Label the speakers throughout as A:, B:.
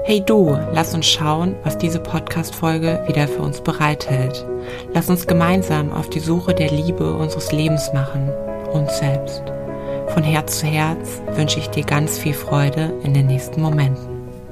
A: Hey du, lass uns schauen, was diese Podcast-Folge wieder für uns bereithält. Lass uns gemeinsam auf die Suche der Liebe unseres Lebens machen, uns selbst. Von Herz zu Herz wünsche ich dir ganz viel Freude in den nächsten Momenten.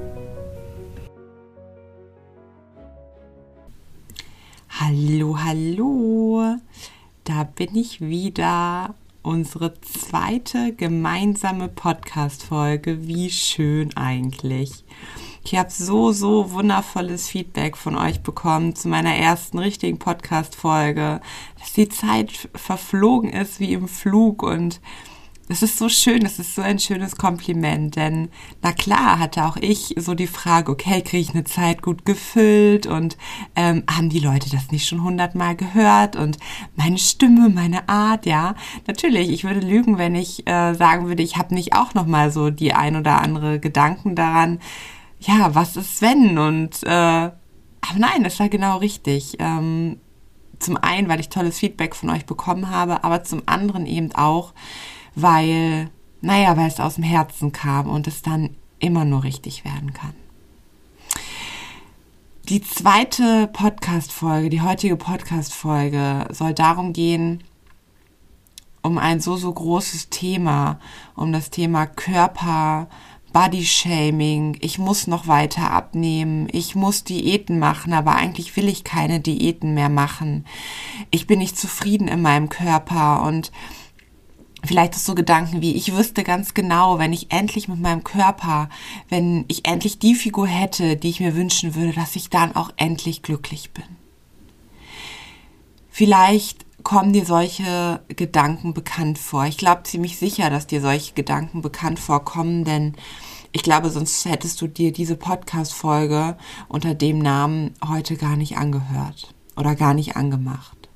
A: Hallo, hallo, da bin ich wieder. Unsere zweite gemeinsame Podcast-Folge. Wie schön eigentlich. Ich habe so wundervolles Feedback von euch bekommen zu meiner ersten richtigen Podcast-Folge, dass die Zeit verflogen ist wie im Flug und es ist so schön, es ist so ein schönes Kompliment, denn na klar hatte auch ich so die Frage, okay, kriege ich eine Zeit gut gefüllt und haben die Leute das nicht schon 100-mal gehört und meine Stimme, meine Art, ja, natürlich, ich würde lügen, wenn ich sagen würde, ich habe nicht auch nochmal so die ein oder andere Gedanken daran, ja, was ist wenn und aber nein, das war genau richtig. Zum einen, weil ich tolles Feedback von euch bekommen habe, aber zum anderen eben auch, weil es aus dem Herzen kam und es dann immer nur richtig werden kann. Die zweite Podcast-Folge, die heutige Podcast-Folge soll darum gehen, um ein so großes Thema, um das Thema Körper, Bodyshaming, ich muss noch weiter abnehmen, ich muss Diäten machen, aber eigentlich will ich keine Diäten mehr machen. Ich bin nicht zufrieden in meinem Körper und vielleicht auch so Gedanken wie, ich wüsste ganz genau, wenn ich endlich mit meinem Körper, wenn ich endlich die Figur hätte, die ich mir wünschen würde, dass ich dann auch endlich glücklich bin. Vielleicht kommen dir solche Gedanken bekannt vor. Ich glaube ziemlich sicher, dass dir solche Gedanken bekannt vorkommen, denn ich glaube, sonst hättest du dir diese Podcast-Folge unter dem Namen heute gar nicht angehört oder gar nicht angemacht.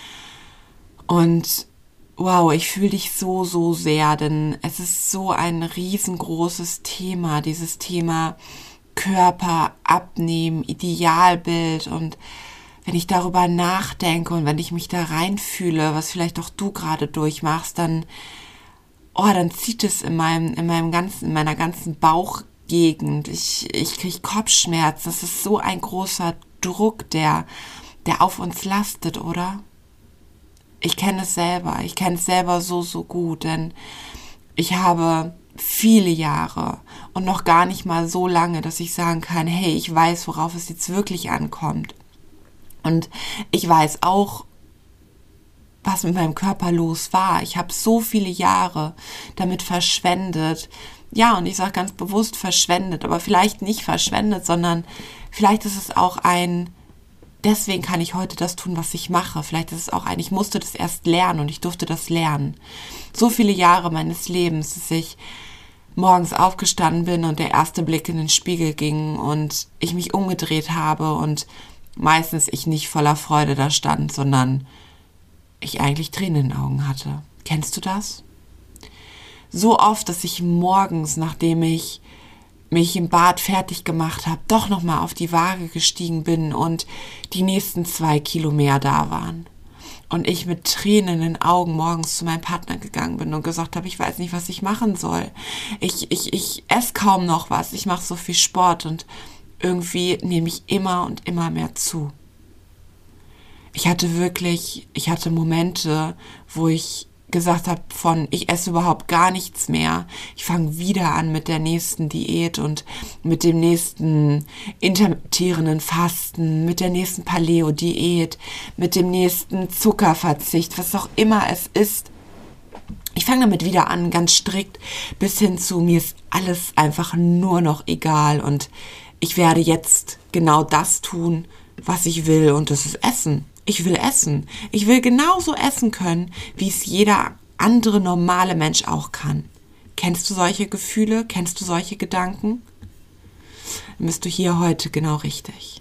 A: Und wow, ich fühle dich so sehr, denn es ist so ein riesengroßes Thema, dieses Thema Körper, Abnehmen, Idealbild und wenn ich darüber nachdenke und wenn ich mich da reinfühle, was vielleicht auch du gerade durchmachst, dann zieht es in meiner ganzen Bauchgegend. Ich kriege Kopfschmerzen. Das ist so ein großer Druck, der auf uns lastet, oder? Ich kenne es selber so gut, denn ich habe viele Jahre und noch gar nicht mal so lange, dass ich sagen kann, hey, ich weiß, worauf es jetzt wirklich ankommt. Und ich weiß auch, was mit meinem Körper los war. Ich habe so viele Jahre damit verschwendet. Ja, und ich sage ganz bewusst verschwendet, aber vielleicht nicht verschwendet, sondern vielleicht ist es auch deswegen kann ich heute das tun, was ich mache. Vielleicht ist es auch ich musste das erst lernen und ich durfte das lernen. So viele Jahre meines Lebens, dass ich morgens aufgestanden bin und der erste Blick in den Spiegel ging und ich mich umgedreht habe und meistens ich nicht voller Freude da stand, sondern ich eigentlich Tränen in den Augen hatte. Kennst du das? So oft, dass ich morgens, nachdem ich mich im Bad fertig gemacht habe, doch nochmal auf die Waage gestiegen bin und die nächsten 2 Kilo mehr da waren. Und ich mit Tränen in den Augen morgens zu meinem Partner gegangen bin und gesagt habe, ich weiß nicht, was ich machen soll. Ich esse kaum noch was, ich mache so viel Sport und irgendwie nehme ich immer und immer mehr zu. Ich hatte Momente, wo ich gesagt habe ich esse überhaupt gar nichts mehr. Ich fange wieder an mit der nächsten Diät und mit dem nächsten intermittierenden Fasten, mit der nächsten Paleo-Diät, mit dem nächsten Zuckerverzicht, was auch immer es ist. Ich fange damit wieder an, ganz strikt, bis hin zu mir ist alles einfach nur noch egal und ich werde jetzt genau das tun, was ich will und das ist Essen. Ich will essen. Ich will genauso essen können, wie es jeder andere normale Mensch auch kann. Kennst du solche Gefühle? Kennst du solche Gedanken? Dann bist du hier heute genau richtig.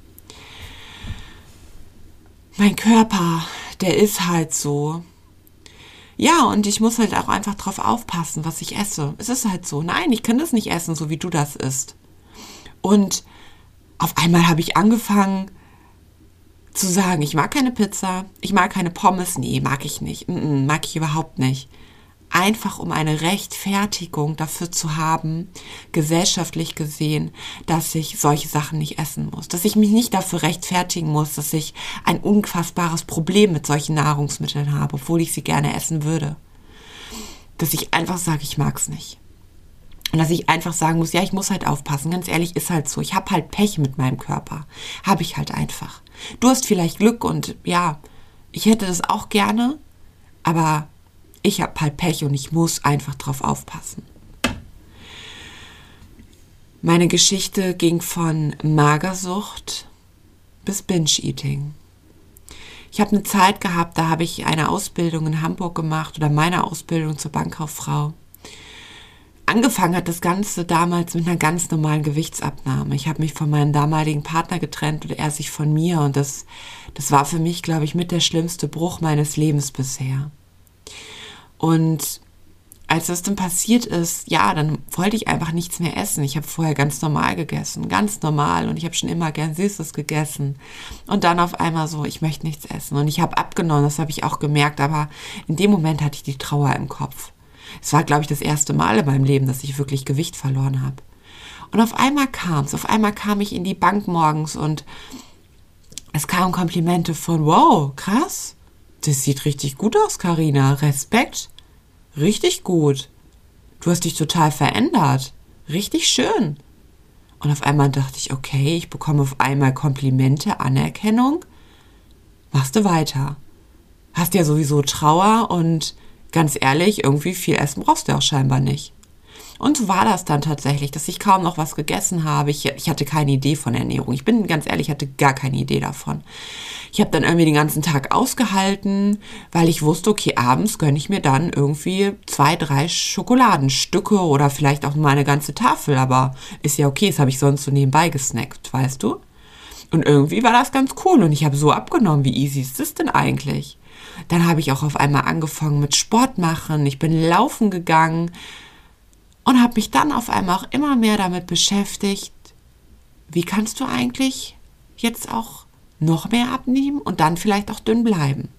A: Mein Körper, der ist halt so. Ja, und ich muss halt auch einfach drauf aufpassen, was ich esse. Es ist halt so. Nein, ich kann das nicht essen, so wie du das isst. Und auf einmal habe ich angefangen zu sagen, ich mag keine Pizza, ich mag keine Pommes, nee, mag ich nicht, mag ich überhaupt nicht. einfach um eine Rechtfertigung dafür zu haben, gesellschaftlich gesehen, dass ich solche Sachen nicht essen muss. Dass ich mich nicht dafür rechtfertigen muss, dass ich ein unfassbares Problem mit solchen Nahrungsmitteln habe, obwohl ich sie gerne essen würde. Dass ich einfach sage, ich mag es nicht. Und dass ich einfach sagen muss, ja, ich muss halt aufpassen. Ganz ehrlich, ist halt so. Ich habe halt Pech mit meinem Körper. Habe ich halt einfach. Du hast vielleicht Glück und ja, ich hätte das auch gerne, aber ich habe halt Pech und ich muss einfach drauf aufpassen. Meine Geschichte ging von Magersucht bis Binge-Eating. Ich habe eine Zeit gehabt, da habe ich eine Ausbildung in Hamburg gemacht oder meine Ausbildung zur Bankkauffrau. Angefangen hat das Ganze damals mit einer ganz normalen Gewichtsabnahme. Ich habe mich von meinem damaligen Partner getrennt und er sich von mir und das war für mich, glaube ich, mit der schlimmste Bruch meines Lebens bisher. Und als das dann passiert ist, ja, dann wollte ich einfach nichts mehr essen. Ich habe vorher ganz normal gegessen, ganz normal und ich habe schon immer gern Süßes gegessen. Und dann auf einmal so, ich möchte nichts essen und ich habe abgenommen, das habe ich auch gemerkt, aber in dem Moment hatte ich die Trauer im Kopf. Es war, glaube ich, das erste Mal in meinem Leben, dass ich wirklich Gewicht verloren habe. Und auf einmal kam ich in die Bank morgens und es kamen Komplimente von, wow, krass, das sieht richtig gut aus, Carina, Respekt, richtig gut. Du hast dich total verändert, richtig schön. Und auf einmal dachte ich, okay, ich bekomme auf einmal Komplimente, Anerkennung, machst du weiter. Hast ja sowieso Trauer und ganz ehrlich, irgendwie viel Essen brauchst du auch scheinbar nicht. Und so war das dann tatsächlich, dass ich kaum noch was gegessen habe. Ich hatte keine Idee von Ernährung. Ich bin ganz ehrlich, ich hatte gar keine Idee davon. Ich habe dann irgendwie den ganzen Tag ausgehalten, weil ich wusste, okay, abends gönne ich mir dann irgendwie 2, 3 Schokoladenstücke oder vielleicht auch mal eine ganze Tafel. Aber ist ja okay, das habe ich sonst so nebenbei gesnackt, weißt du? Und irgendwie war das ganz cool und ich habe so abgenommen. Wie easy ist das denn eigentlich? Dann habe ich auch auf einmal angefangen mit Sport machen. Ich bin laufen gegangen und habe mich dann auf einmal auch immer mehr damit beschäftigt, wie kannst du eigentlich jetzt auch noch mehr abnehmen und dann vielleicht auch dünn bleiben.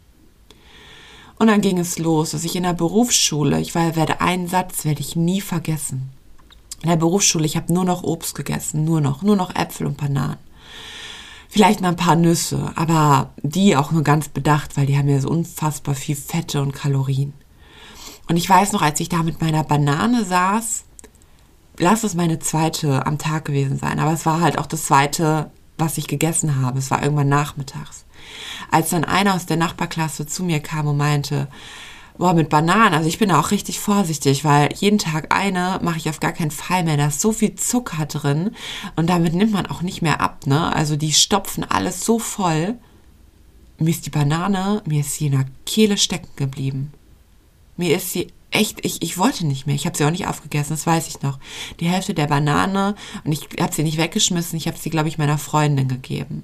A: Und dann ging es los, dass ich in der Berufsschule, einen Satz werde ich nie vergessen. In der Berufsschule, ich habe nur noch Obst gegessen, nur noch Äpfel und Bananen. Vielleicht mal ein paar Nüsse, aber die auch nur ganz bedacht, weil die haben ja so unfassbar viel Fette und Kalorien. Und ich weiß noch, als ich da mit meiner Banane saß, lass es meine zweite am Tag gewesen sein, aber es war halt auch das zweite, was ich gegessen habe. Es war irgendwann nachmittags. Als dann einer aus der Nachbarklasse zu mir kam und meinte, boah, mit Bananen, also ich bin da auch richtig vorsichtig, weil jeden Tag eine mache ich auf gar keinen Fall mehr. Da ist so viel Zucker drin und damit nimmt man auch nicht mehr ab, ne? Also die stopfen alles so voll. Mir ist sie in der Kehle stecken geblieben. Mir ist sie echt, ich wollte nicht mehr. Ich habe sie auch nicht aufgegessen, das weiß ich noch. Die Hälfte der Banane und ich habe sie nicht weggeschmissen. Ich habe sie, glaube ich, meiner Freundin gegeben.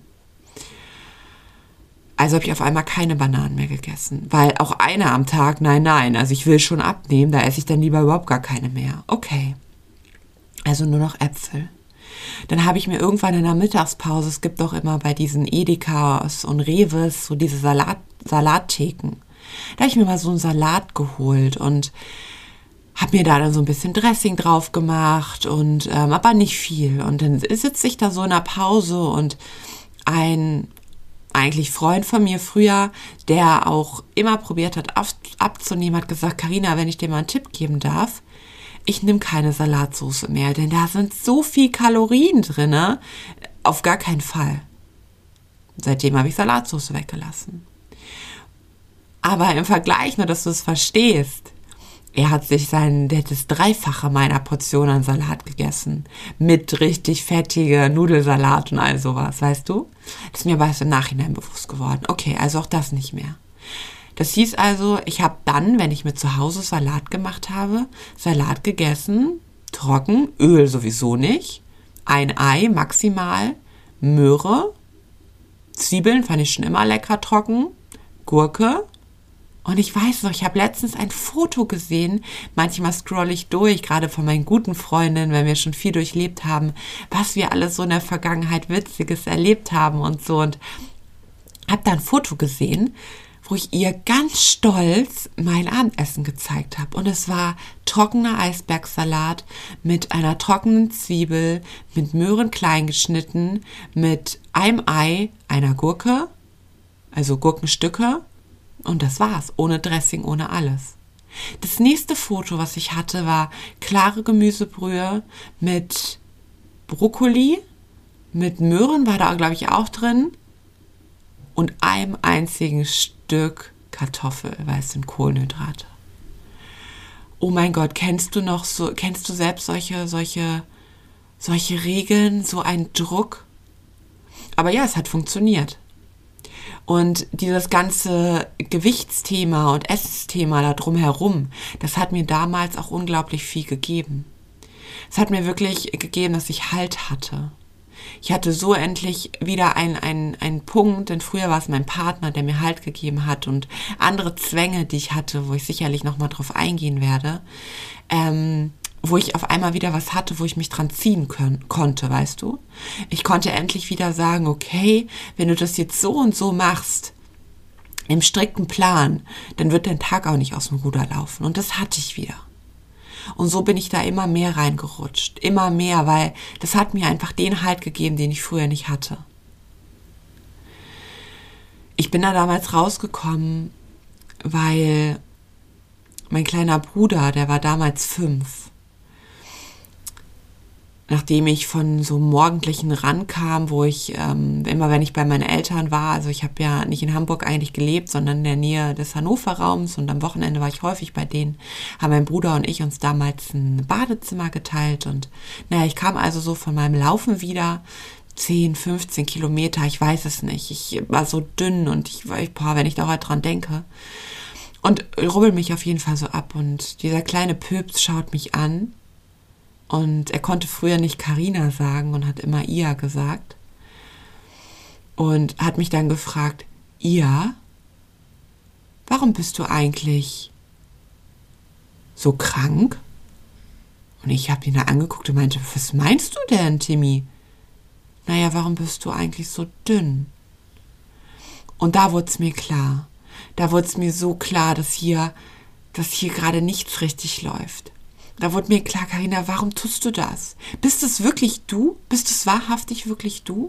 A: Also habe ich auf einmal keine Bananen mehr gegessen. Weil auch eine am Tag, nein. Also ich will schon abnehmen, da esse ich dann lieber überhaupt gar keine mehr. Okay. Also nur noch Äpfel. Dann habe ich mir irgendwann in der Mittagspause, es gibt doch immer bei diesen Edekas und Reves so diese Salattheken. Da habe ich mir mal so einen Salat geholt und habe mir da dann so ein bisschen Dressing drauf gemacht und aber nicht viel. Und dann sitze ich da so in der Pause und ein eigentlich Freund von mir früher, der auch immer probiert hat abzunehmen, hat gesagt, Carina, wenn ich dir mal einen Tipp geben darf, ich nehme keine Salatsauce mehr, denn da sind so viel Kalorien drin, auf gar keinen Fall. Seitdem habe ich Salatsauce weggelassen. Aber im Vergleich, nur dass du es verstehst, der hat das Dreifache meiner Portion an Salat gegessen. Mit richtig fettiger Nudelsalat und all sowas, weißt du? Das ist mir aber erst im Nachhinein bewusst geworden. Okay, also auch das nicht mehr. Das hieß also, ich habe dann, wenn ich mir zu Hause Salat gemacht habe, Salat gegessen, trocken, Öl sowieso nicht, ein Ei maximal, Möhre, Zwiebeln fand ich schon immer lecker trocken, Gurke. Und ich weiß noch, ich habe letztens ein Foto gesehen, manchmal scrolle ich durch, gerade von meinen guten Freundinnen, wenn wir schon viel durchlebt haben, was wir alles so in der Vergangenheit Witziges erlebt haben und so. Und habe da ein Foto gesehen wo ich ihr ganz stolz mein Abendessen gezeigt habe. Und es war trockener Eisbergsalat mit einer trockenen Zwiebel, mit Möhren klein geschnitten, mit einem Ei, einer Gurke, also Gurkenstücke. Und das war's, ohne Dressing, ohne alles. Das nächste Foto, was ich hatte, war klare Gemüsebrühe mit Brokkoli, mit Möhren war da, glaube ich, auch drin und einem einzigen Stück Kartoffel, weil es sind Kohlenhydrate. Oh mein Gott, kennst du selbst solche Regeln, so einen Druck? Aber ja, es hat funktioniert. Und dieses ganze Gewichtsthema und Essensthema da drumherum, das hat mir damals auch unglaublich viel gegeben. Es hat mir wirklich gegeben, dass ich Halt hatte. Ich hatte so endlich wieder einen Punkt, denn früher war es mein Partner, der mir Halt gegeben hat und andere Zwänge, die ich hatte, wo ich sicherlich nochmal drauf eingehen werde, wo ich auf einmal wieder was hatte, wo ich mich dran ziehen konnte, weißt du? Ich konnte endlich wieder sagen, okay, wenn du das jetzt so und so machst, im strikten Plan, dann wird dein Tag auch nicht aus dem Ruder laufen. Und das hatte ich wieder. Und so bin ich da immer mehr reingerutscht. Immer mehr, weil das hat mir einfach den Halt gegeben, den ich früher nicht hatte. Ich bin da damals rausgekommen, weil mein kleiner Bruder, der war damals 5. Nachdem ich von so einem morgendlichen Run kam, wo ich immer, wenn ich bei meinen Eltern war, also ich habe ja nicht in Hamburg eigentlich gelebt, sondern in der Nähe des Hannover-Raums und am Wochenende war ich häufig bei denen, haben mein Bruder und ich uns damals ein Badezimmer geteilt und naja, ich kam also so von meinem Laufen wieder, 10, 15 Kilometer, ich weiß es nicht, ich war so dünn und wenn ich da heute dran denke und rubbel mich auf jeden Fall so ab und dieser kleine Pöps schaut mich an. Und er konnte früher nicht Carina sagen und hat immer Ia gesagt. Und hat mich dann gefragt, Ia, warum bist du eigentlich so krank? Und ich habe ihn da angeguckt und meinte, was meinst du denn, Timmy? Naja, warum bist du eigentlich so dünn? Und da wurde es mir klar. Da wurde es mir so klar, dass hier gerade nichts richtig läuft. Da wurde mir klar, Carina, warum tust du das? Bist es wirklich du? Bist es wahrhaftig wirklich du?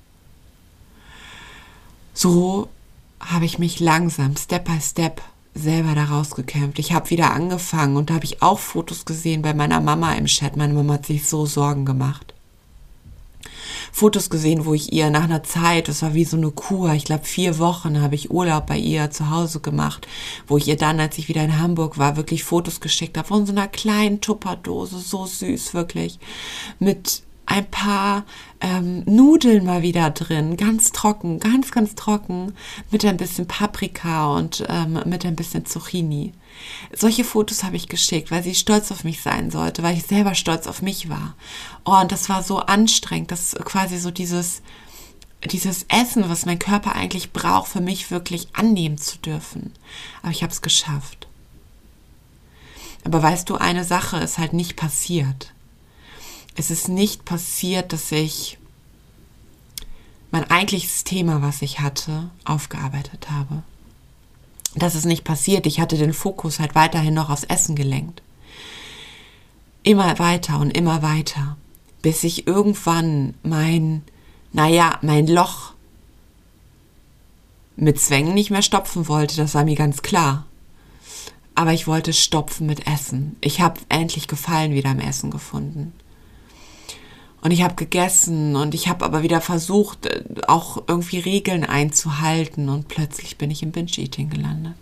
A: So habe ich mich langsam, Step by Step, selber da rausgekämpft. Ich habe wieder angefangen und da habe ich auch Fotos gesehen bei meiner Mama im Chat. Meine Mama hat sich so Sorgen gemacht. Fotos gesehen, wo ich ihr nach einer Zeit, das war wie so eine Kur, ich glaube 4 Wochen habe ich Urlaub bei ihr zu Hause gemacht, wo ich ihr dann, als ich wieder in Hamburg war, wirklich Fotos geschickt habe von so einer kleinen Tupperdose, so süß wirklich, mit ein paar Nudeln mal wieder drin, ganz trocken, ganz, ganz trocken, mit ein bisschen Paprika und mit ein bisschen Zucchini. Solche Fotos habe ich geschickt, weil sie stolz auf mich sein sollte, weil ich selber stolz auf mich war. Oh, und das war so anstrengend, dass quasi so dieses Essen, was mein Körper eigentlich braucht, für mich wirklich annehmen zu dürfen. Aber ich habe es geschafft. Aber weißt du, eine Sache ist halt nicht passiert. Es ist nicht passiert, dass ich mein eigentliches Thema, was ich hatte, aufgearbeitet habe. Das ist nicht passiert. Ich hatte den Fokus halt weiterhin noch aufs Essen gelenkt. Immer weiter und immer weiter, bis ich irgendwann mein Loch mit Zwängen nicht mehr stopfen wollte. Das war mir ganz klar. Aber ich wollte stopfen mit Essen. Ich habe endlich Gefallen wieder am Essen gefunden. Und ich habe gegessen und ich habe aber wieder versucht, auch irgendwie Regeln einzuhalten und plötzlich bin ich im Binge-Eating gelandet.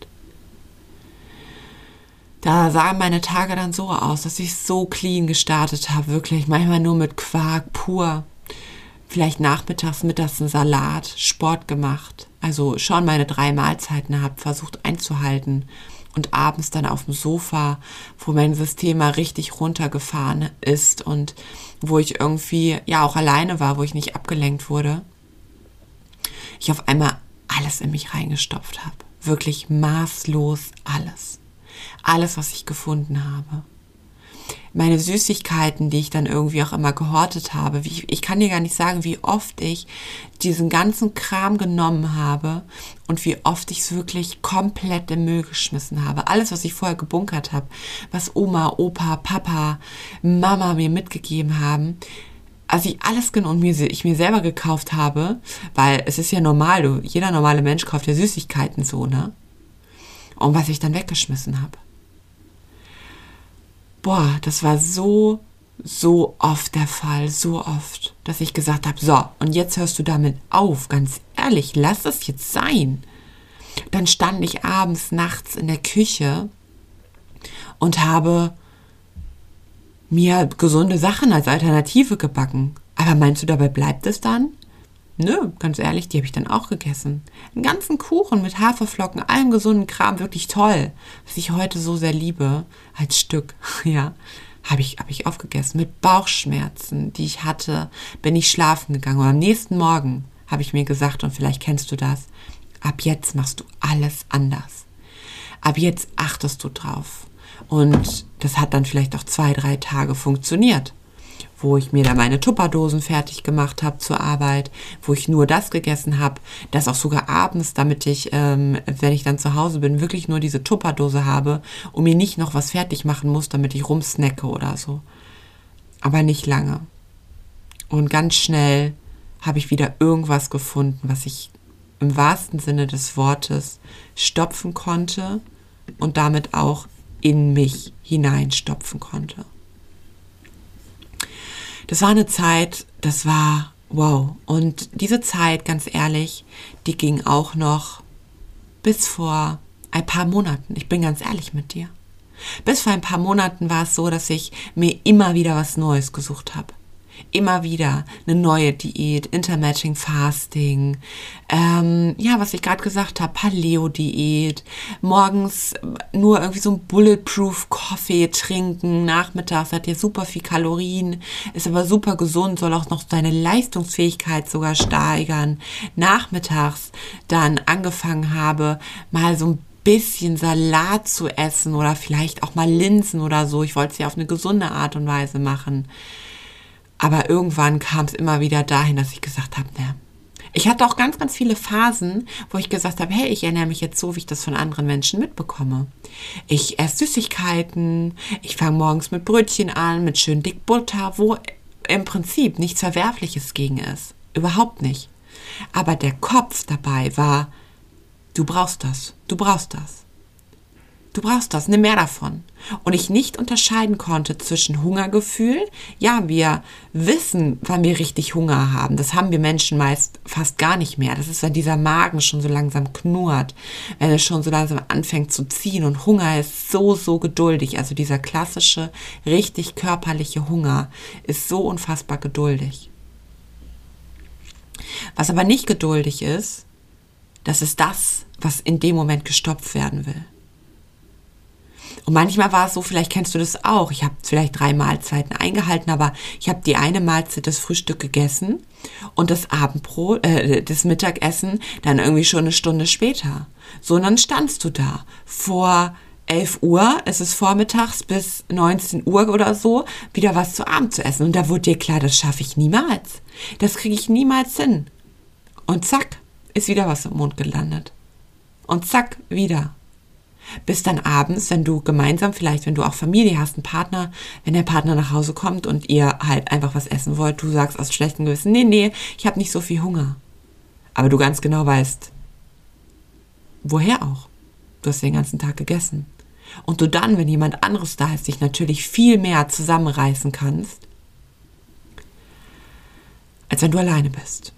A: Da sahen meine Tage dann so aus, dass ich so clean gestartet habe, wirklich manchmal nur mit Quark pur. Vielleicht nachmittags, mittags einen Salat, Sport gemacht, also schon meine 3 Mahlzeiten habe versucht einzuhalten. Und abends dann auf dem Sofa, wo mein System mal richtig runtergefahren ist und wo ich irgendwie ja auch alleine war, wo ich nicht abgelenkt wurde, ich auf einmal alles in mich reingestopft habe. Wirklich maßlos alles. Alles, was ich gefunden habe. meine Süßigkeiten, die ich dann irgendwie auch immer gehortet habe. Ich kann dir gar nicht sagen, wie oft ich diesen ganzen Kram genommen habe und wie oft ich es wirklich komplett im Müll geschmissen habe. Alles, was ich vorher gebunkert habe, was Oma, Opa, Papa, Mama mir mitgegeben haben, also ich alles genommen und ich mir selber gekauft habe, weil es ist ja normal, jeder normale Mensch kauft ja Süßigkeiten so, ne? Und was ich dann weggeschmissen habe. Boah, das war so oft der Fall, so oft, dass ich gesagt habe, so, und jetzt hörst du damit auf, ganz ehrlich, lass es jetzt sein. Dann stand ich abends, nachts in der Küche und habe mir gesunde Sachen als Alternative gebacken. Aber meinst du, dabei bleibt es dann? Nö, ganz ehrlich, die habe ich dann auch gegessen. Einen ganzen Kuchen mit Haferflocken, allem gesunden Kram, wirklich toll. Was ich heute so sehr liebe, als Stück, ja, habe ich aufgegessen. Mit Bauchschmerzen, die ich hatte, bin ich schlafen gegangen. Und am nächsten Morgen habe ich mir gesagt, und vielleicht kennst du das, ab jetzt machst du alles anders. Ab jetzt achtest du drauf. Und das hat dann vielleicht auch 2, 3 Tage funktioniert, wo ich mir da meine Tupperdosen fertig gemacht habe zur Arbeit, wo ich nur das gegessen habe, das auch sogar abends, damit ich, wenn ich dann zu Hause bin, wirklich nur diese Tupperdose habe und mir nicht noch was fertig machen muss, damit ich rumsnacke oder so. Aber nicht lange. Und ganz schnell habe ich wieder irgendwas gefunden, was ich im wahrsten Sinne des Wortes stopfen konnte und damit auch in mich hineinstopfen konnte. Das war eine Zeit, das war wow. Und diese Zeit, ganz ehrlich, die ging auch noch bis vor ein paar Monaten. Ich bin ganz ehrlich mit dir. Bis vor ein paar Monaten war es so, dass ich mir immer wieder was Neues gesucht habe. Immer wieder eine neue Diät, Intermittent Fasting, was ich gerade gesagt habe, Paleo-Diät, morgens nur irgendwie so ein Bulletproof Coffee trinken, nachmittags hat ja super viel Kalorien, ist aber super gesund, soll auch noch deine Leistungsfähigkeit sogar steigern. Nachmittags dann angefangen habe, mal so ein bisschen Salat zu essen oder vielleicht auch mal Linsen oder so. Ich wollte es ja auf eine gesunde Art und Weise machen. Aber irgendwann kam es immer wieder dahin, dass ich gesagt habe, ne. Ich hatte auch ganz, ganz viele Phasen, wo ich gesagt habe, hey, ich ernähre mich jetzt so, wie ich das von anderen Menschen mitbekomme. Ich esse Süßigkeiten, ich fange morgens mit Brötchen an, mit schön dick Butter, wo im Prinzip nichts Verwerfliches gegen ist. Überhaupt nicht. Aber der Kopf dabei war, du brauchst das, du brauchst das. Du brauchst das, nimm mehr davon. Und ich nicht unterscheiden konnte zwischen Hungergefühl. Ja, wir wissen, wann wir richtig Hunger haben. Das haben wir Menschen meist fast gar nicht mehr. Das ist, wenn dieser Magen schon so langsam knurrt, wenn es schon so langsam anfängt zu ziehen. Und Hunger ist so, so geduldig. Also dieser klassische, richtig körperliche Hunger ist so unfassbar geduldig. Was aber nicht geduldig ist, das ist das, was in dem Moment gestopft werden will. Und manchmal war es so, vielleicht kennst du das auch, ich habe vielleicht 3 Mahlzeiten eingehalten, aber ich habe die eine Mahlzeit, das Frühstück gegessen und das Abendbrot, das Mittagessen dann irgendwie schon eine Stunde später. So, und dann standst du da vor 11 Uhr, es ist vormittags bis 19 Uhr oder so, wieder was zu Abend zu essen. Und da wurde dir klar, das schaffe ich niemals. Das kriege ich niemals hin. Und zack, ist wieder was im Mund gelandet. Und zack, wieder. Bis dann abends, wenn du gemeinsam, vielleicht wenn du auch Familie hast, einen Partner, wenn der Partner nach Hause kommt und ihr halt einfach was essen wollt, du sagst aus schlechtem Gewissen, nee, ich habe nicht so viel Hunger. Aber du ganz genau weißt, woher auch? Du hast den ganzen Tag gegessen. Und du dann, wenn jemand anderes da ist, dich natürlich viel mehr zusammenreißen kannst, als wenn du alleine bist.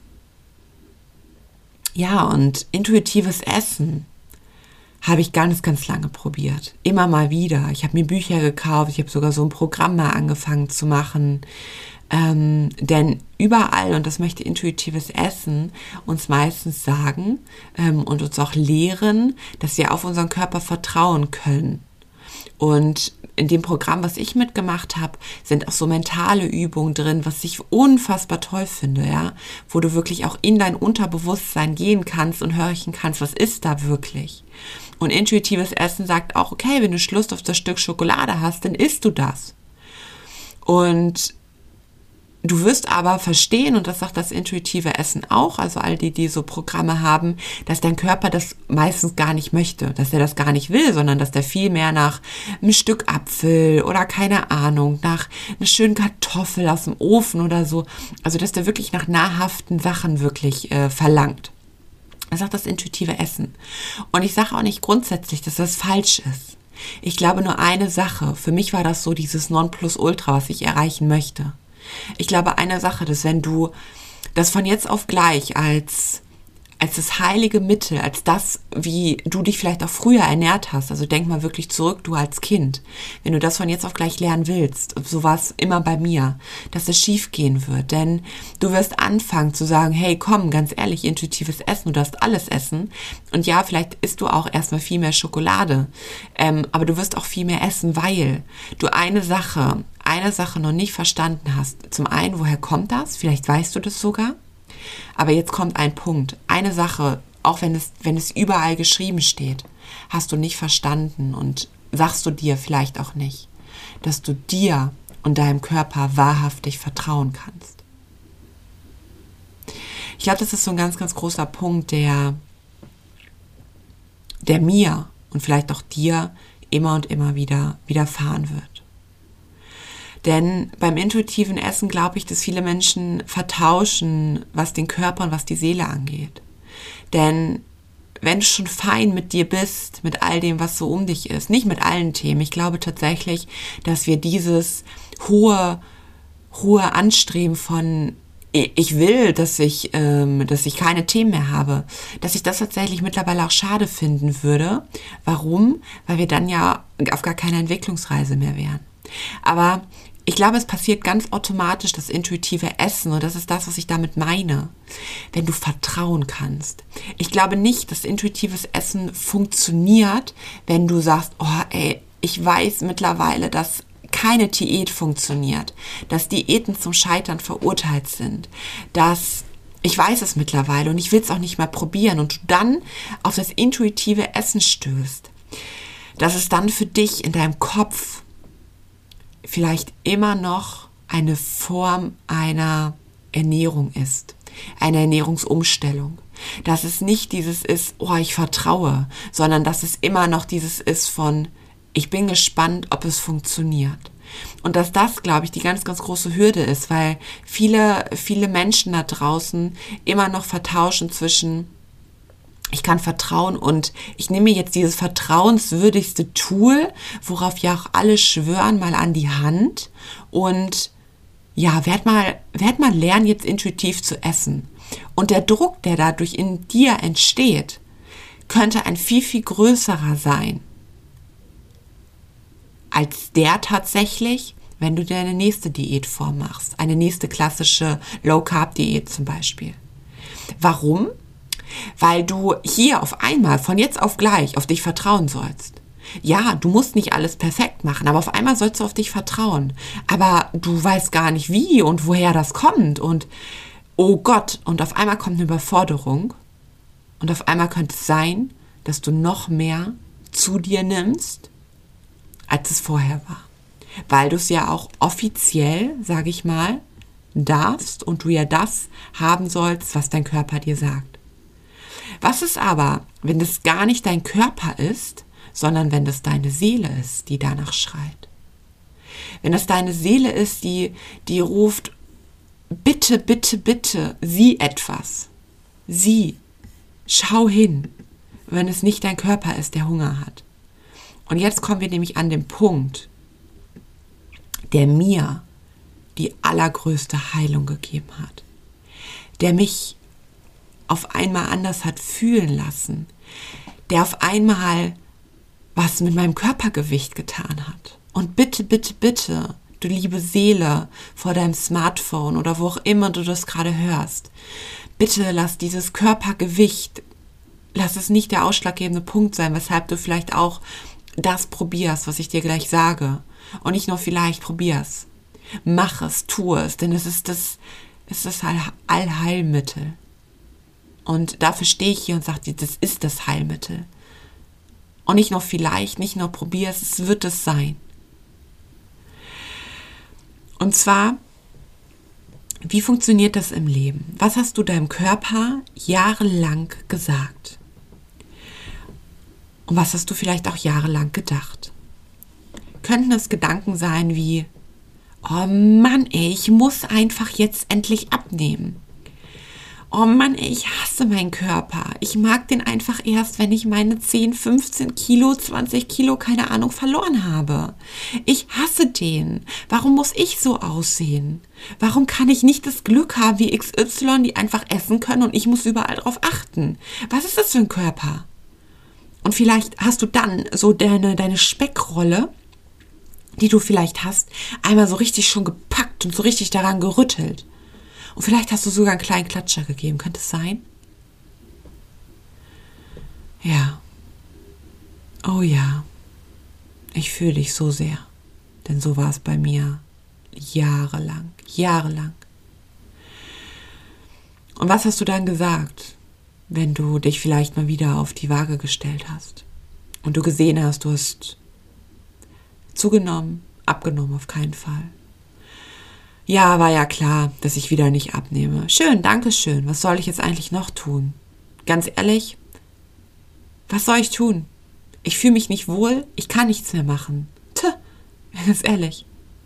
A: Ja, und intuitives Essen habe ich ganz, ganz lange probiert. Immer mal wieder. Ich habe mir Bücher gekauft, ich habe sogar so ein Programm mal angefangen zu machen. Denn überall, und das möchte intuitives Essen uns meistens sagen und uns auch lehren, dass wir auf unseren Körper vertrauen können. Und in dem Programm, was ich mitgemacht habe, sind auch so mentale Übungen drin, was ich unfassbar toll finde, ja, wo du wirklich auch in dein Unterbewusstsein gehen kannst und horchen kannst, was ist da wirklich. Und intuitives Essen sagt auch, okay, wenn du Lust auf das Stück Schokolade hast, dann isst du das. Und du wirst aber verstehen, und das sagt das intuitive Essen auch, also all die so Programme haben, dass dein Körper das meistens gar nicht möchte, dass er das gar nicht will, sondern dass der viel mehr nach einem Stück Apfel oder keine Ahnung, nach einer schönen Kartoffel aus dem Ofen oder so, also dass der wirklich nach nahrhaften Sachen wirklich verlangt. Das sagt das intuitive Essen. Und ich sage auch nicht grundsätzlich, dass das falsch ist. Ich glaube nur eine Sache, für mich war das so dieses Nonplusultra, was ich erreichen möchte. Ich glaube eine Sache, dass wenn du das von jetzt auf gleich als das heilige Mittel, als das, wie du dich vielleicht auch früher ernährt hast, also denk mal wirklich zurück, du als Kind, wenn du das von jetzt auf gleich lernen willst, so war es immer bei mir, dass es schief gehen wird, denn du wirst anfangen zu sagen, hey komm, ganz ehrlich, intuitives Essen, du darfst alles essen und ja, vielleicht isst du auch erstmal viel mehr Schokolade, aber du wirst auch viel mehr essen, weil du eine Sache noch nicht verstanden hast. Zum einen, woher kommt das? Vielleicht weißt du das sogar. Aber jetzt kommt ein Punkt. Eine Sache, auch wenn es überall geschrieben steht, hast du nicht verstanden und sagst du dir vielleicht auch nicht, dass du dir und deinem Körper wahrhaftig vertrauen kannst. Ich glaube, das ist so ein ganz, ganz großer Punkt, der mir und vielleicht auch dir immer und immer wieder widerfahren wird. Denn beim intuitiven Essen glaube ich, dass viele Menschen vertauschen, was den Körper und was die Seele angeht. Denn wenn du schon fein mit dir bist, mit all dem, was so um dich ist, nicht mit allen Themen, ich glaube tatsächlich, dass wir dieses hohe Anstreben von ich will, dass ich keine Themen mehr habe, dass ich das tatsächlich mittlerweile auch schade finden würde. Warum? Weil wir dann ja auf gar keiner Entwicklungsreise mehr wären. Aber ich glaube, es passiert ganz automatisch das intuitive Essen und das ist das, was ich damit meine, wenn du vertrauen kannst. Ich glaube nicht, dass intuitives Essen funktioniert, wenn du sagst, oh ey, ich weiß mittlerweile, dass keine Diät funktioniert, dass Diäten zum Scheitern verurteilt sind, dass ich weiß es mittlerweile und ich will es auch nicht mehr probieren und du dann auf das intuitive Essen stößt, dass es dann für dich in deinem Kopf vielleicht immer noch eine Form einer Ernährung ist, eine Ernährungsumstellung. Dass es nicht dieses ist, oh, ich vertraue, sondern dass es immer noch dieses ist von, ich bin gespannt, ob es funktioniert. Und dass das, glaube ich, die ganz, ganz große Hürde ist, weil viele Menschen da draußen immer noch vertauschen zwischen ich kann vertrauen und ich nehme mir jetzt dieses vertrauenswürdigste Tool, worauf ja auch alle schwören, mal an die Hand und ja, werd mal lernen, jetzt intuitiv zu essen. Und der Druck, der dadurch in dir entsteht, könnte ein viel, viel größerer sein, als der tatsächlich, wenn du dir eine nächste Diätform machst, eine nächste klassische Low-Carb-Diät zum Beispiel. Warum? Weil du hier auf einmal, von jetzt auf gleich, auf dich vertrauen sollst. Ja, du musst nicht alles perfekt machen, aber auf einmal sollst du auf dich vertrauen. Aber du weißt gar nicht, wie und woher das kommt. Und oh Gott, und auf einmal kommt eine Überforderung. Und auf einmal könnte es sein, dass du noch mehr zu dir nimmst, als es vorher war. Weil du es ja auch offiziell, sage ich mal, darfst und du ja das haben sollst, was dein Körper dir sagt. Was ist aber, wenn es gar nicht dein Körper ist, sondern wenn das deine Seele ist, die danach schreit? Wenn das deine Seele ist, die ruft, bitte, bitte, bitte, sieh etwas. Sieh, schau hin, wenn es nicht dein Körper ist, der Hunger hat. Und jetzt kommen wir nämlich an den Punkt, der mir die allergrößte Heilung gegeben hat, der mich auf einmal anders hat fühlen lassen, der auf einmal was mit meinem Körpergewicht getan hat. Und bitte, bitte, bitte, du liebe Seele vor deinem Smartphone oder wo auch immer du das gerade hörst, bitte lass dieses Körpergewicht, lass es nicht der ausschlaggebende Punkt sein, weshalb du vielleicht auch das probierst, was ich dir gleich sage. Und nicht nur vielleicht, probier's. Mach es, tu es, denn es ist das Allheilmittel. Und dafür stehe ich hier und sage dir, das ist das Heilmittel. Und nicht nur vielleicht, nicht nur probier's, es wird es sein. Und zwar, wie funktioniert das im Leben? Was hast du deinem Körper jahrelang gesagt? Und was hast du vielleicht auch jahrelang gedacht? Könnten es Gedanken sein wie, oh Mann, ey, ich muss einfach jetzt endlich abnehmen. Oh Mann, ey, ich hasse meinen Körper. Ich mag den einfach erst, wenn ich meine 10, 15 Kilo, 20 Kilo, keine Ahnung, verloren habe. Ich hasse den. Warum muss ich so aussehen? Warum kann ich nicht das Glück haben wie XY, die einfach essen können und ich muss überall drauf achten? Was ist das für ein Körper? Und vielleicht hast du dann so deine Speckrolle, die du vielleicht hast, einmal so richtig schon gepackt und so richtig daran gerüttelt. Und vielleicht hast du sogar einen kleinen Klatscher gegeben. Könnte es sein? Ja. Oh ja. Ich fühle dich so sehr. Denn so war es bei mir jahrelang. Jahrelang. Und was hast du dann gesagt, wenn du dich vielleicht mal wieder auf die Waage gestellt hast? Und du gesehen hast, du hast zugenommen, abgenommen auf keinen Fall. Ja, war ja klar, dass ich wieder nicht abnehme. Schön, danke schön. Was soll ich jetzt eigentlich noch tun? Ganz ehrlich, was soll ich tun? Ich fühle mich nicht wohl, ich kann nichts mehr machen. Ganz ehrlich.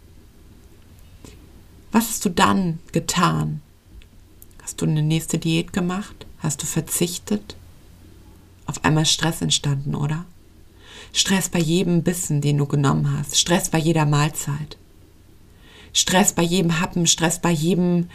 A: Was hast du dann getan? Hast du eine nächste Diät gemacht? Hast du verzichtet? Auf einmal ist Stress entstanden, oder? Stress bei jedem Bissen, den du genommen hast. Stress bei jeder Mahlzeit. Stress bei jedem Happen, Stress bei jeder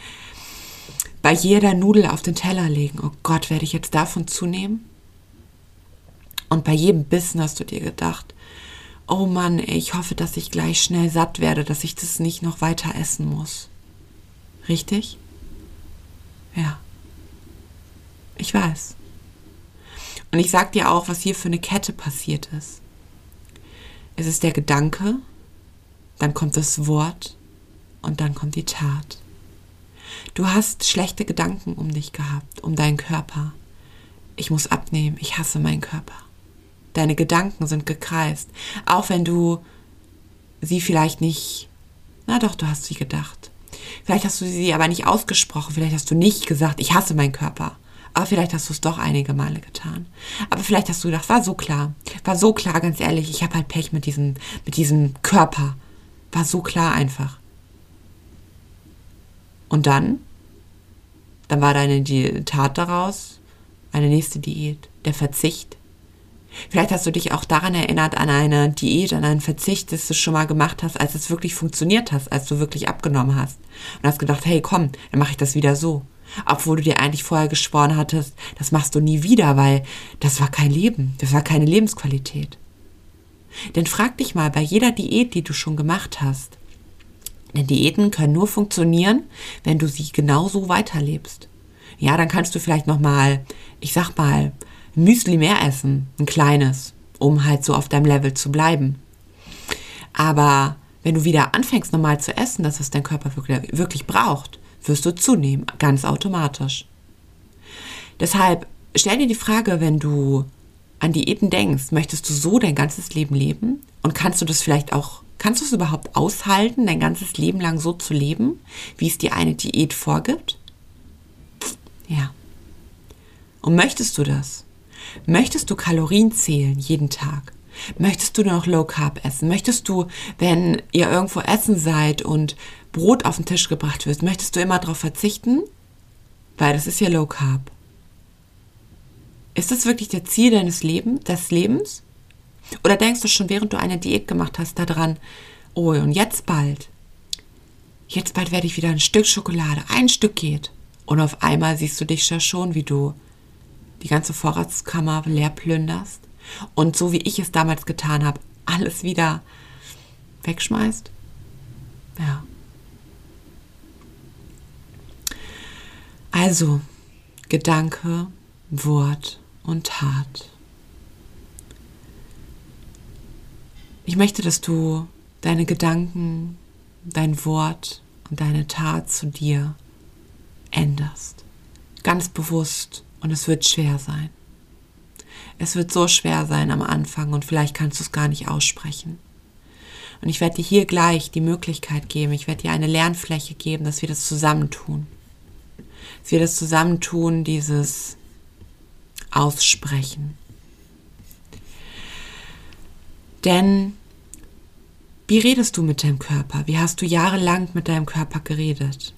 A: Nudel auf den Teller legen. Oh Gott, werde ich jetzt davon zunehmen? Und bei jedem Bissen hast du dir gedacht, oh Mann, ey, ich hoffe, dass ich gleich schnell satt werde, dass ich das nicht noch weiter essen muss. Richtig? Ja. Ich weiß. Und ich sag dir auch, was hier für eine Kette passiert ist. Es ist der Gedanke, dann kommt das Wort, und dann kommt die Tat. Du hast schlechte Gedanken um dich gehabt, um deinen Körper. Ich muss abnehmen, ich hasse meinen Körper. Deine Gedanken sind gekreist, auch wenn du sie vielleicht nicht, na doch, du hast sie gedacht. Vielleicht hast du sie aber nicht ausgesprochen, vielleicht hast du nicht gesagt, ich hasse meinen Körper. Aber vielleicht hast du es doch einige Male getan. Aber vielleicht hast du gedacht, war so klar, ganz ehrlich, ich habe halt Pech mit diesem Körper. War so klar einfach. Und dann war deine Tat daraus eine nächste Diät, der Verzicht. Vielleicht hast du dich auch daran erinnert, an eine Diät, an einen Verzicht, das du schon mal gemacht hast, als es wirklich funktioniert hast, als du wirklich abgenommen hast. Und hast gedacht, hey komm, dann mache ich das wieder so. Obwohl du dir eigentlich vorher geschworen hattest, das machst du nie wieder, weil das war kein Leben, das war keine Lebensqualität. Denn frag dich mal, bei jeder Diät, die du schon gemacht hast, denn Diäten können nur funktionieren, wenn du sie genauso weiterlebst. Ja, dann kannst du vielleicht nochmal, ich sag mal, ein Müsli mehr essen, ein kleines, um halt so auf deinem Level zu bleiben. Aber wenn du wieder anfängst normal zu essen, das was dein Körper wirklich braucht, wirst du zunehmen, ganz automatisch. Deshalb stell dir die Frage, wenn du an Diäten denkst, möchtest du so dein ganzes Leben leben? Und kannst du es überhaupt aushalten, dein ganzes Leben lang so zu leben, wie es dir eine Diät vorgibt? Ja. Und möchtest du das? Möchtest du Kalorien zählen jeden Tag? Möchtest du noch Low Carb essen? Möchtest du, wenn ihr irgendwo essen seid und Brot auf den Tisch gebracht wird, möchtest du immer darauf verzichten? Weil das ist ja Low Carb. Ist das wirklich das Ziel des Lebens? Oder denkst du schon, während du eine Diät gemacht hast, daran, oh, und jetzt bald werde ich wieder ein Stück Schokolade, ein Stück geht. Und auf einmal siehst du dich ja schon, wie du die ganze Vorratskammer leer plünderst und so wie ich es damals getan habe, alles wieder wegschmeißt. Ja. Also, Gedanke, Wort und Tat. Ich möchte, dass du deine Gedanken, dein Wort und deine Tat zu dir änderst. Ganz bewusst. Und es wird schwer sein. Es wird so schwer sein am Anfang und vielleicht kannst du es gar nicht aussprechen. Und ich werde dir hier gleich die Möglichkeit geben, ich werde dir eine Lernfläche geben, dass wir das zusammentun. Dass wir das zusammentun, dieses Aussprechen. Denn wie redest du mit deinem Körper? Wie hast du jahrelang mit deinem Körper geredet?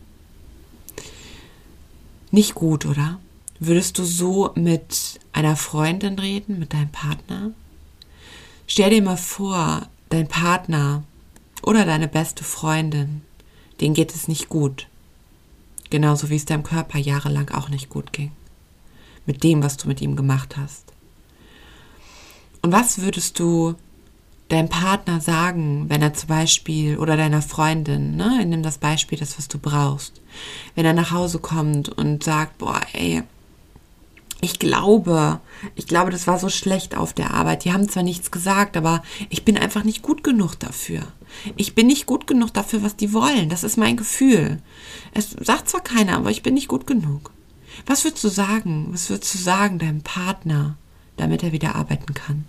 A: Nicht gut, oder? Würdest du so mit einer Freundin reden, mit deinem Partner? Stell dir mal vor, dein Partner oder deine beste Freundin, denen geht es nicht gut. Genauso wie es deinem Körper jahrelang auch nicht gut ging. Mit dem, was du mit ihm gemacht hast. Und was würdest du deinem Partner sagen, wenn er zum Beispiel, oder deiner Freundin, ne, nimm das Beispiel, das, was du brauchst, wenn er nach Hause kommt und sagt, boah, ey, ich glaube, das war so schlecht auf der Arbeit. Die haben zwar nichts gesagt, aber ich bin einfach nicht gut genug dafür. Ich bin nicht gut genug dafür, was die wollen. Das ist mein Gefühl. Es sagt zwar keiner, aber ich bin nicht gut genug. Was würdest du sagen? Was würdest du sagen deinem Partner, damit er wieder arbeiten kann?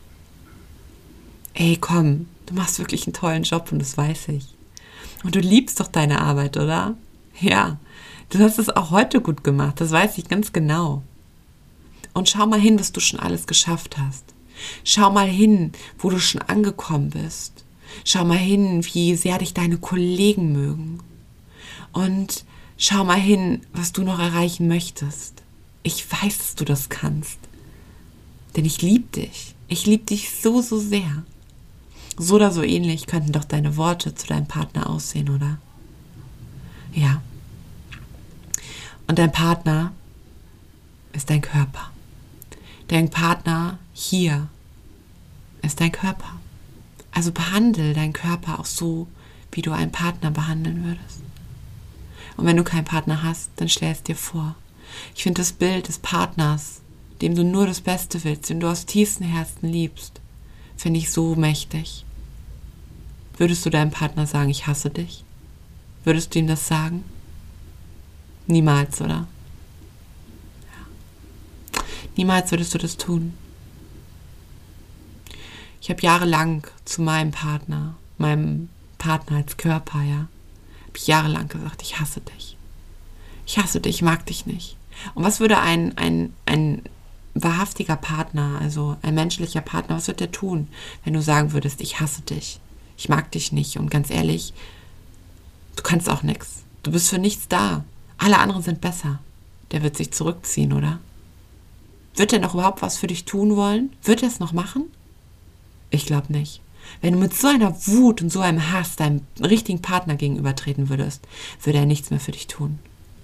A: Ey, komm, du machst wirklich einen tollen Job und das weiß ich. Und du liebst doch deine Arbeit, oder? Ja, du hast es auch heute gut gemacht, das weiß ich ganz genau. Und schau mal hin, was du schon alles geschafft hast. Schau mal hin, wo du schon angekommen bist. Schau mal hin, wie sehr dich deine Kollegen mögen. Und schau mal hin, was du noch erreichen möchtest. Ich weiß, dass du das kannst. Denn ich liebe dich. Ich liebe dich so, so sehr. So oder so ähnlich könnten doch deine Worte zu deinem Partner aussehen, oder? Ja. Und dein Partner ist dein Körper. Dein Partner hier ist dein Körper. Also behandle deinen Körper auch so, wie du einen Partner behandeln würdest. Und wenn du keinen Partner hast, dann stell es dir vor. Ich finde das Bild des Partners, dem du nur das Beste willst, den du aus tiefstem Herzen liebst, finde ich so mächtig. Würdest du deinem Partner sagen, ich hasse dich? Würdest du ihm das sagen? Niemals, oder? Niemals würdest du das tun. Ich habe jahrelang zu meinem Partner als Körper, ja, habe ich jahrelang gesagt, ich hasse dich. Ich hasse dich, ich mag dich nicht. Und was würde ein wahrhaftiger Partner, also ein menschlicher Partner, was wird der tun, wenn du sagen würdest, ich hasse dich, ich mag dich nicht und ganz ehrlich, du kannst auch nichts. Du bist für nichts da. Alle anderen sind besser. Der wird sich zurückziehen, oder? Wird er noch überhaupt was für dich tun wollen? Wird er es noch machen? Ich glaube nicht. Wenn du mit so einer Wut und so einem Hass deinem richtigen Partner gegenübertreten würdest, würde er nichts mehr für dich tun.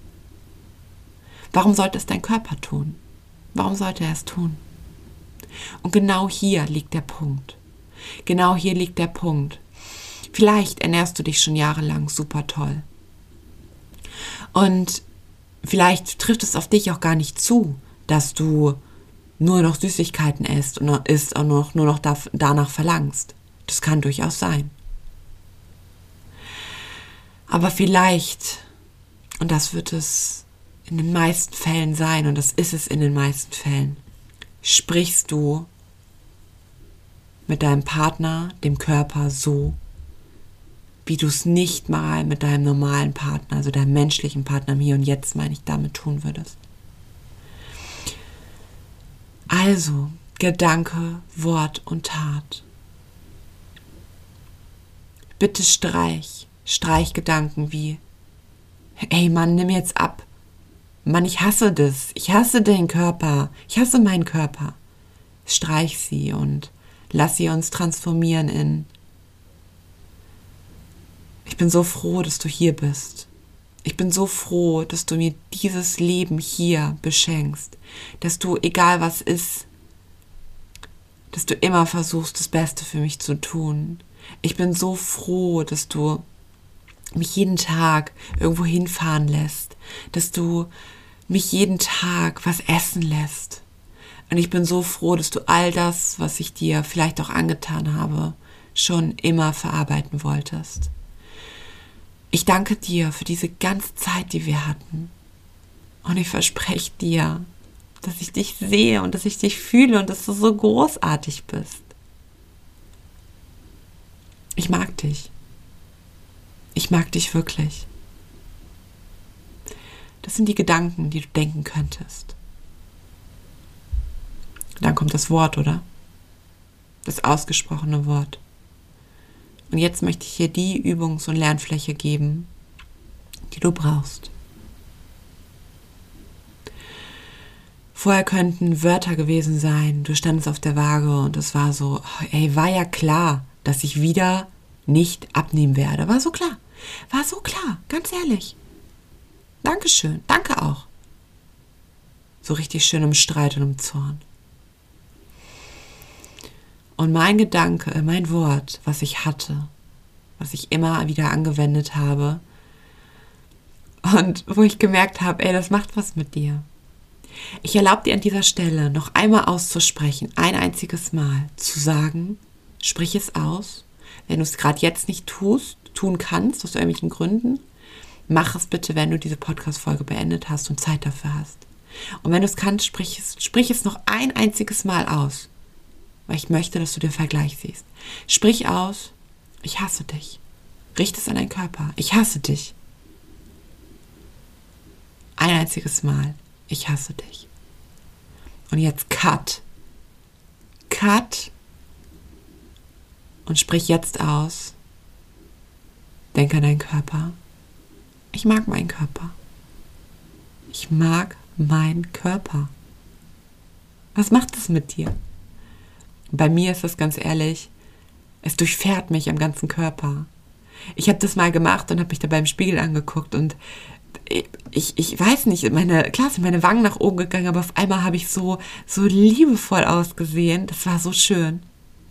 A: Warum sollte es dein Körper tun? Warum sollte er es tun? Und genau hier liegt der Punkt. Genau hier liegt der Punkt. Vielleicht ernährst du dich schon jahrelang super toll. Und vielleicht trifft es auf dich auch gar nicht zu, dass du nur noch Süßigkeiten isst und nur noch danach verlangst. Das kann durchaus sein. Aber vielleicht, und das wird es in den meisten Fällen sein, und das ist es in den meisten Fällen, sprichst du mit deinem Partner, dem Körper, so, wie du es nicht mal mit deinem normalen Partner, also deinem menschlichen Partner im Hier und Jetzt, meine ich, damit tun würdest. Also, Gedanke, Wort und Tat. Bitte streich Gedanken wie, ey Mann, nimm jetzt ab. Mann, ich hasse das. Ich hasse den Körper. Ich hasse meinen Körper. Streich sie und lass sie uns transformieren in, ich bin so froh, dass du hier bist. Ich bin so froh, dass du mir dieses Leben hier beschenkst. Dass du, egal was ist, dass du immer versuchst, das Beste für mich zu tun. Ich bin so froh, dass du mich jeden Tag irgendwo hinfahren lässt. Dass du mich jeden Tag was essen lässt. Und ich bin so froh, dass du all das, was ich dir vielleicht auch angetan habe, schon immer verarbeiten wolltest. Ich danke dir für diese ganze Zeit, die wir hatten. Und ich verspreche dir, dass ich dich sehe und dass ich dich fühle und dass du so großartig bist. Ich mag dich. Ich mag dich wirklich. Das sind die Gedanken, die du denken könntest. Dann kommt das Wort, oder? Das ausgesprochene Wort. Und jetzt möchte ich dir die Übungs- und Lernfläche geben, die du brauchst. Vorher könnten Wörter gewesen sein, du standest auf der Waage und es war so, war ja klar, dass ich wieder nicht abnehmen werde. War so klar, ganz ehrlich. Dankeschön, danke auch. So richtig schön im Streit und im Zorn. Und mein Gedanke, mein Wort, was ich hatte, was ich immer wieder angewendet habe und wo ich gemerkt habe, das macht was mit dir. Ich erlaube dir an dieser Stelle noch einmal auszusprechen, ein einziges Mal zu sagen, sprich es aus. Wenn du es gerade jetzt nicht tun kannst, aus irgendwelchen Gründen, mach es bitte, wenn du diese Podcast-Folge beendet hast und Zeit dafür hast. Und wenn du es kannst, sprich es noch ein einziges Mal aus, weil ich möchte, dass du den Vergleich siehst. Sprich aus, ich hasse dich. Richte es an deinen Körper, ich hasse dich. Ein einziges Mal. Ich hasse dich. Und jetzt Cut. Und sprich jetzt aus. Denk an deinen Körper. Ich mag meinen Körper. Ich mag meinen Körper. Was macht das mit dir? Bei mir ist das ganz ehrlich, es durchfährt mich am ganzen Körper. Ich habe das mal gemacht und habe mich da beim Spiegel angeguckt und ich weiß nicht, klar sind meine Wangen nach oben gegangen, aber auf einmal habe ich so liebevoll ausgesehen. Das war so schön.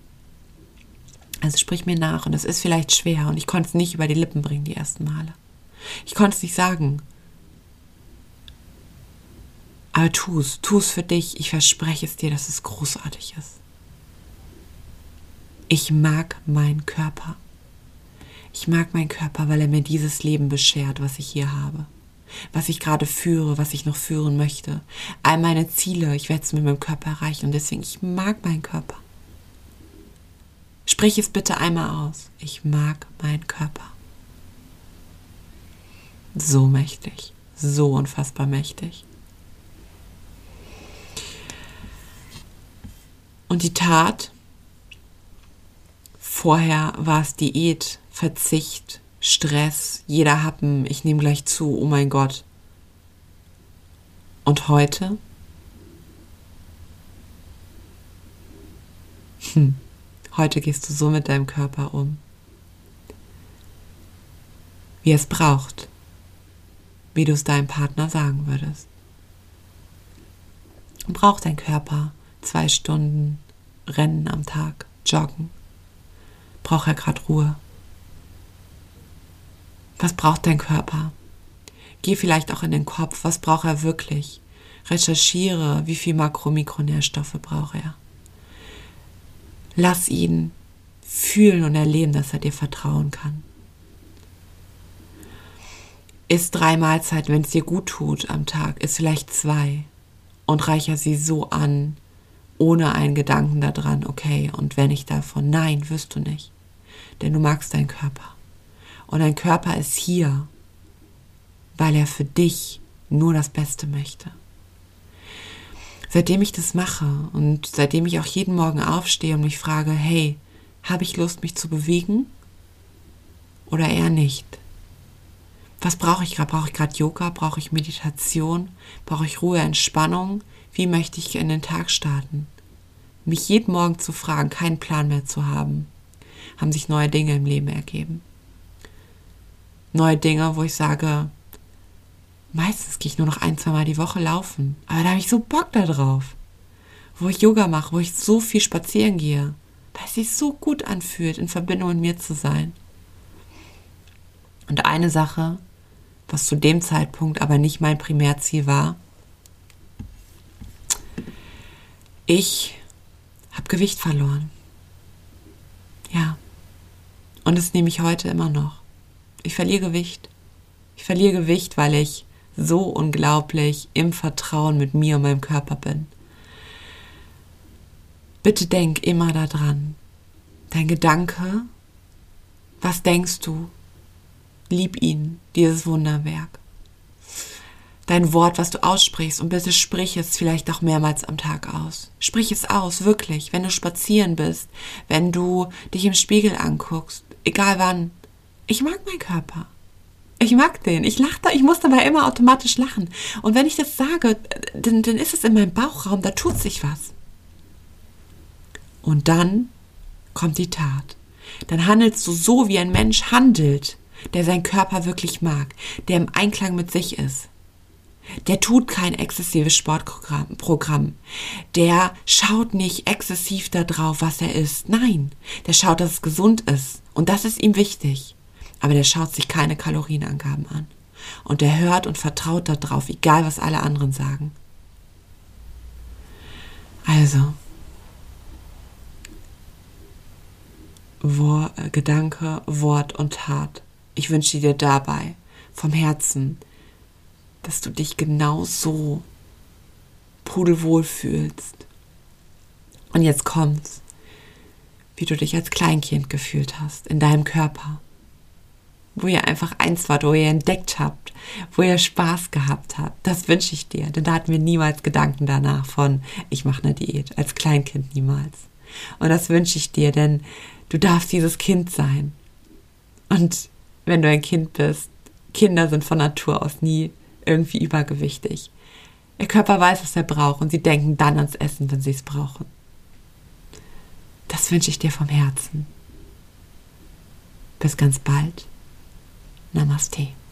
A: Also sprich mir nach und es ist vielleicht schwer und ich konnte es nicht über die Lippen bringen die ersten Male. Ich konnte es nicht sagen. Aber tu es für dich. Ich verspreche es dir, dass es großartig ist. Ich mag meinen Körper. Ich mag meinen Körper, weil er mir dieses Leben beschert, was ich hier habe. Was ich gerade führe, was ich noch führen möchte. All meine Ziele, ich werde es mit meinem Körper erreichen und deswegen, ich mag meinen Körper. Sprich es bitte einmal aus. Ich mag meinen Körper. So mächtig, so unfassbar mächtig. Und die Tat, vorher war es Diät, Verzicht, Stress, jeder Happen, ich nehme gleich zu, oh mein Gott. Und heute? Heute gehst du so mit deinem Körper um, wie es braucht, wie du es deinem Partner sagen würdest. Braucht dein Körper 2 Stunden Rennen am Tag, Joggen? Braucht er gerade Ruhe? Was braucht dein Körper? Geh vielleicht auch in den Kopf, was braucht er wirklich? Recherchiere, wie viel Makro- und Mikronährstoffe braucht er. Lass ihn fühlen und erleben, dass er dir vertrauen kann. Iss 3 Mahlzeiten, wenn es dir gut tut am Tag, iss vielleicht 2 und reicher sie so an, ohne einen Gedanken daran, okay, und wenn ich davon, nein, wirst du nicht, denn du magst deinen Körper. Und dein Körper ist hier, weil er für dich nur das Beste möchte. Seitdem ich das mache und seitdem ich auch jeden Morgen aufstehe und mich frage, hey, habe ich Lust, mich zu bewegen oder eher nicht? Was brauche ich gerade? Brauche ich gerade Yoga? Brauche ich Meditation? Brauche ich Ruhe, Entspannung? Wie möchte ich in den Tag starten? Mich jeden Morgen zu fragen, keinen Plan mehr zu haben, haben sich neue Dinge im Leben ergeben. Neue Dinge, wo ich sage, meistens gehe ich nur noch 1-2 Mal die Woche laufen, aber da habe ich so Bock da drauf. Wo ich Yoga mache, wo ich so viel spazieren gehe, weil es sich so gut anfühlt, in Verbindung mit mir zu sein. Und eine Sache, was zu dem Zeitpunkt aber nicht mein Primärziel war, ich habe Gewicht verloren. Ja. Und das nehme ich heute immer noch. Ich verliere Gewicht. Ich verliere Gewicht, weil ich so unglaublich im Vertrauen mit mir und meinem Körper bin. Bitte denk immer daran. Dein Gedanke Was denkst du? Lieb ihn, dieses Wunderwerk. Dein Wort, was du aussprichst, und bitte sprich es vielleicht auch mehrmals am Tag aus. Sprich es aus, wirklich, wenn du spazieren bist, wenn du dich im Spiegel anguckst, egal wann. Ich mag meinen Körper. Ich mag den. Ich lache da, ich muss dabei immer automatisch lachen. Und wenn ich das sage, dann ist es in meinem Bauchraum, da tut sich was. Und dann kommt die Tat. Dann handelst du so, wie ein Mensch handelt, der seinen Körper wirklich mag, der im Einklang mit sich ist. Der tut kein exzessives Sportprogramm. Der schaut nicht exzessiv darauf, was er isst. Nein, der schaut, dass es gesund ist. Und das ist ihm wichtig. Aber der schaut sich keine Kalorienangaben an. Und der hört und vertraut darauf, egal was alle anderen sagen. Also, Gedanke, Wort und Tat. Ich wünsche dir dabei vom Herzen, dass du dich genau so pudelwohl fühlst. Und jetzt kommt's, wie du dich als Kleinkind gefühlt hast, in deinem Körper. Wo ihr einfach eins wart, wo ihr entdeckt habt, wo ihr Spaß gehabt habt. Das wünsche ich dir, denn da hatten wir niemals Gedanken danach von, ich mache eine Diät, als Kleinkind niemals. Und das wünsche ich dir, denn du darfst dieses Kind sein. Und wenn du ein Kind bist, Kinder sind von Natur aus nie irgendwie übergewichtig. Ihr Körper weiß, was er braucht und sie denken dann ans Essen, wenn sie es brauchen. Das wünsche ich dir vom Herzen. Bis ganz bald. Namaste.